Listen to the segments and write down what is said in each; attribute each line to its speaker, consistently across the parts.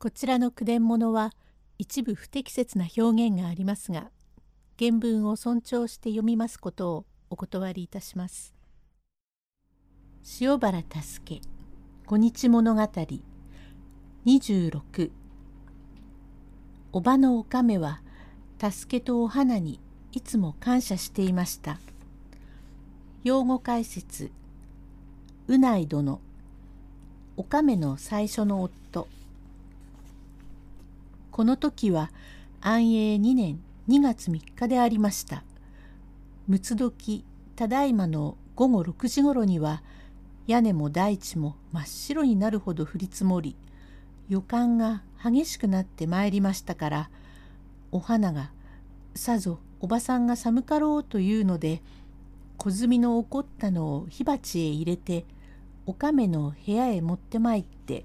Speaker 1: こちらの句伝物は一部不適切な表現がありますが、原文を尊重して読みますことをお断りいたします。塩原助小日物語26。おばのおかめは助けとお花にいつも感謝していました。用語解説。うない殿、おかめの最初の夫。この時は安永2年2月3日でありました。六つ時ただいまの午後6時ごろには屋根も大地も真っ白になるほど降り積もり、予感が激しくなってまいりましたから、お花がさぞおばさんが寒かろうというので、小炭の起こったのを火鉢へ入れておかめの部屋へ持ってまいって、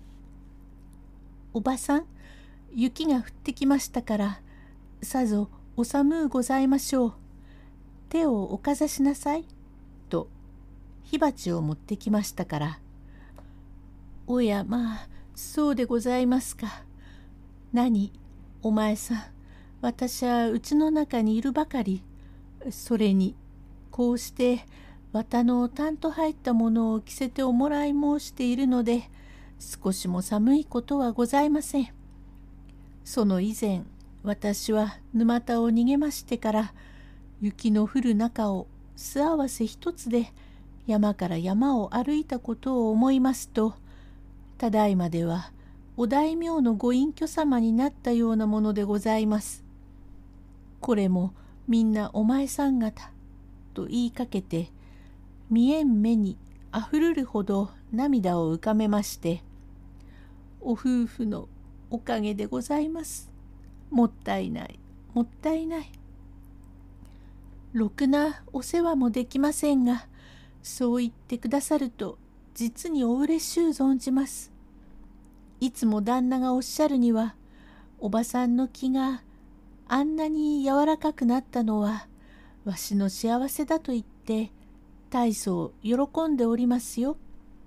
Speaker 1: おばさん、雪が降ってきましたから、さぞお寒うございましょう。手をおかざしなさい。と火鉢を持ってきましたから、おやまあ、そうでございますか。何、お前さん、私はうちの中にいるばかり。それに、こうして綿のたんと入ったものを着せておもらい申しているので、少しも寒いことはございません。その以前、私は沼田を逃げましてから、雪の降る中を素合わせ一つで山から山を歩いたことを思いますと、ただいまではお大名のご隠居様になったようなものでございます。これもみんなお前さん方、と言いかけて、見えん目にあふるるほど涙を浮かべまして、お夫婦のおかげでございます。もったいない、もったいない。ろくなお世話もできませんが、そう言ってくださると実にお嬉しゅう存じます。いつも旦那がおっしゃるには、おばさんの気があんなに柔らかくなったのはわしの幸せだと言って大層喜んでおりますよ。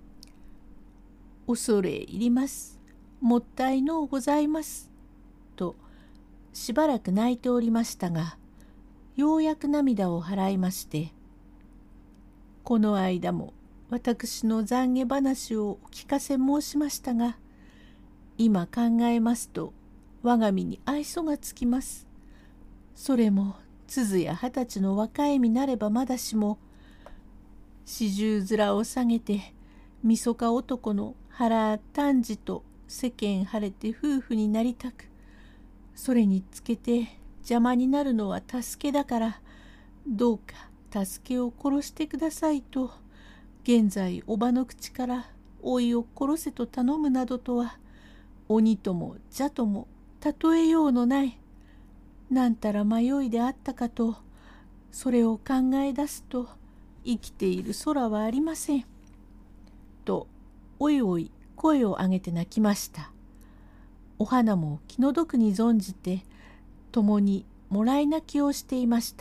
Speaker 1: 恐れ入ります。もったいのうございます。としばらく泣いておりましたが、ようやく涙を払いまして、この間も私の懺悔話をお聞かせ申しましたが、今考えますと我が身に愛想がつきます。それも鈴や20歳の若い身なればまだしも、40面を下げてみそか男の原丹治と世間晴れて夫婦になりたく、それにつけて邪魔になるのは助けだから、どうか助けを殺してくださいと、現在おばの口から老いを殺せと頼むなどとは、鬼とも蛇とも例えようのない、なんたら迷いであったかと、それを考え出すと生きている空はありません。とおいおい声を上げて泣きました。お花も気の毒に存じて、共にもらい泣きをしていました。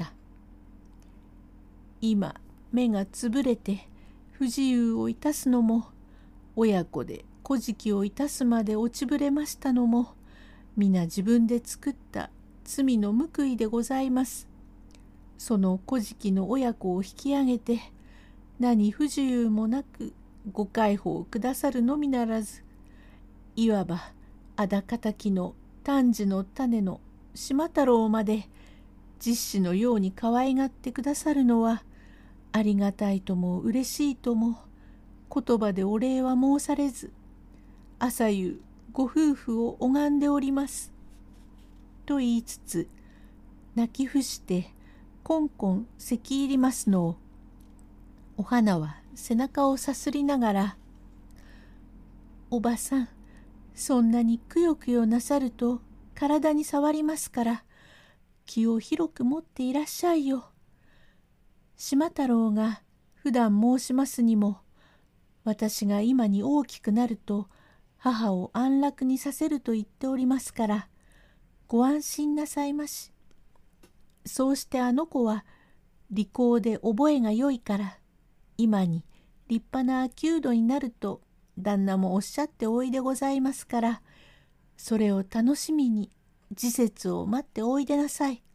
Speaker 1: 今目がつぶれて不自由をいたすのも、親子で小敷をいたすまで落ちぶれましたのも、皆自分で作った罪の報いでございます。その小敷の親子を引き上げて、何不自由もなくご介抱をくださるのみならず、いわばあだかたきの丹治の種の島太郎まで実子のように可愛がってくださるのは、ありがたいとも嬉しいとも、言葉でお礼は申されず、朝夕ご夫婦を拝んでおります。と言いつつ、泣き伏してこんこん咳入りますのを、お花は背中をさすりながら、おばさん、そんなにくよくよなさると体に触りますから、気を広く持っていらっしゃいよ。島太郎が普段申しますにも、私が今に大きくなると母を安楽にさせると言っておりますから、ご安心なさいまし。そうしてあの子は利口で覚えがよいから、今に立派な弓道になると旦那もおっしゃっておいでございますから、 それを楽しみに時節を待っておいでなさい。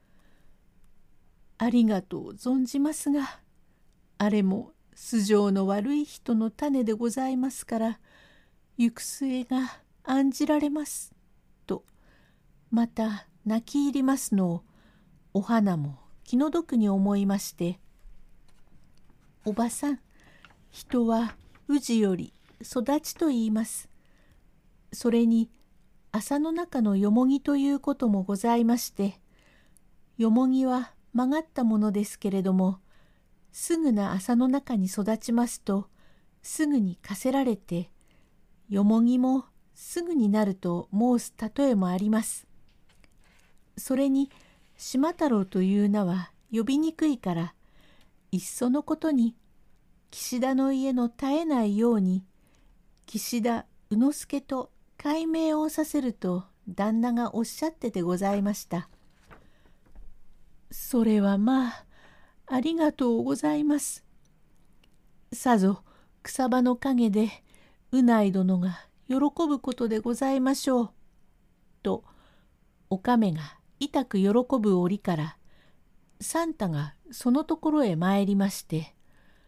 Speaker 1: ありがとう存じますが、あれも素性の悪い人の種でございますから、行く末が案じられます。と、また泣き入りますのを、お花も気の毒に思いまして、おばさん、人は氏より育ちと言います。それに麻の中のよもぎということもございまして、よもぎは曲がったものですけれども、すぐな麻の中に育ちますと、すぐにかせられて、よもぎもすぐになると申す例えもあります。それに島太郎という名は呼びにくいから、いっそのことに岸田の家の絶えないように岸田宇之助と改名をさせると旦那がおっしゃってでございました。それはまあありがとうございます。さぞ草葉の陰でうない殿が喜ぶことでございましょう。とおかめが痛く喜ぶ折からサンタがそのところへ参りまして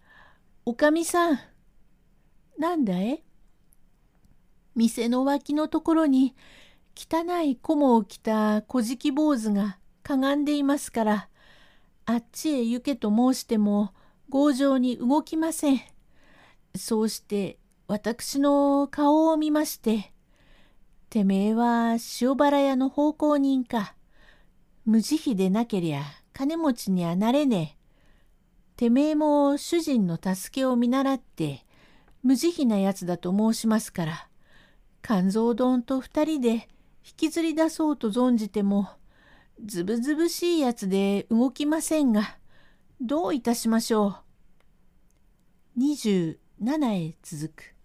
Speaker 1: 「おかみさん、なんだい？店の脇のところに汚い菰を着た小敷坊主がかがんでいますから、あっちへ行けと申しても強情に動きません。そうして私の顔を見まして、てめえは塩原屋の奉公人か。無慈悲でなけりゃ金持ちにはなれねえ。てめえも主人の助けを見習って無慈悲なやつだと申しますから、肝臓丼と二人で引きずり出そうと存じても、ずぶずぶしいやつで動きませんが、どういたしましょう。27へ続く。